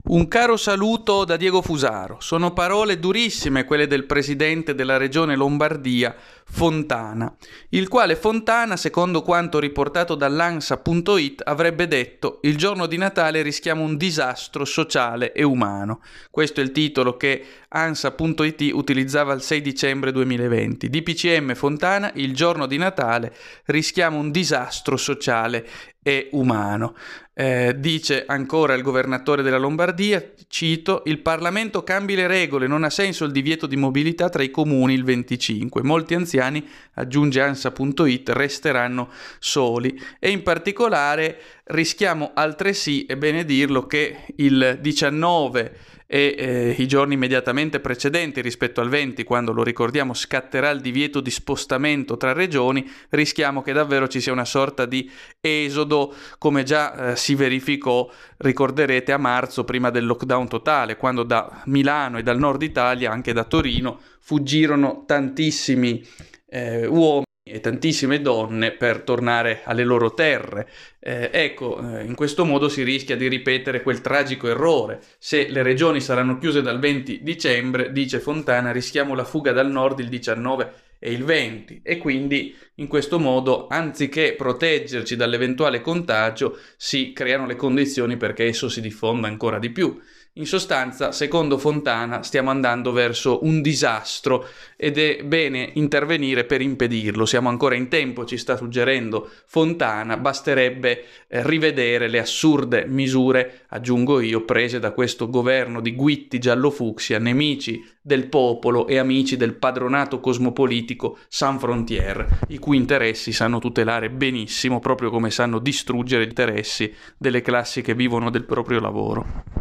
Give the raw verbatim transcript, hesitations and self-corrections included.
Un caro saluto da Diego Fusaro. Sono parole durissime quelle del presidente della regione Lombardia, Fontana, il quale Fontana, secondo quanto riportato dall'Ansa punto it, avrebbe detto: il giorno di Natale rischiamo un disastro sociale e umano. Questo è il titolo che Ansa punto it utilizzava il sei dicembre duemilaventi. D P C M Fontana: il giorno di Natale rischiamo un disastro sociale e umano. Eh, dice ancora il governatore della Lombardia, cito: il Parlamento cambi le regole, non ha senso il divieto di mobilità tra i comuni il venticinque. Molti anziani, aggiunge Ansa punto it, resteranno soli e in particolare rischiamo altresì, è bene dirlo, che il diciannove e eh, i giorni immediatamente precedenti rispetto al venti, quando, lo ricordiamo, scatterà il divieto di spostamento tra regioni, rischiamo che davvero ci sia una sorta di esodo, come già eh, si verificò, ricorderete, a marzo, prima del lockdown totale, quando da Milano e dal nord Italia, anche da Torino, fuggirono tantissimi eh, uomini e tantissime donne per tornare alle loro terre. Eh, ecco, eh, in questo modo si rischia di ripetere quel tragico errore. Se le regioni saranno chiuse dal venti dicembre, dice Fontana, rischiamo la fuga dal nord il diciannove e il venti, e quindi in questo modo, anziché proteggerci dall'eventuale contagio, si creano le condizioni perché esso si diffonda ancora di più. In sostanza, secondo Fontana, stiamo andando verso un disastro ed è bene intervenire per impedirlo. Siamo ancora in tempo, ci sta suggerendo Fontana, basterebbe eh, rivedere le assurde misure, aggiungo io, prese da questo governo di Guitti giallo-fucsia, nemici del popolo e amici del padronato cosmopolitico Sans Frontières, i cui interessi sanno tutelare benissimo, proprio come sanno distruggere gli interessi delle classi che vivono del proprio lavoro.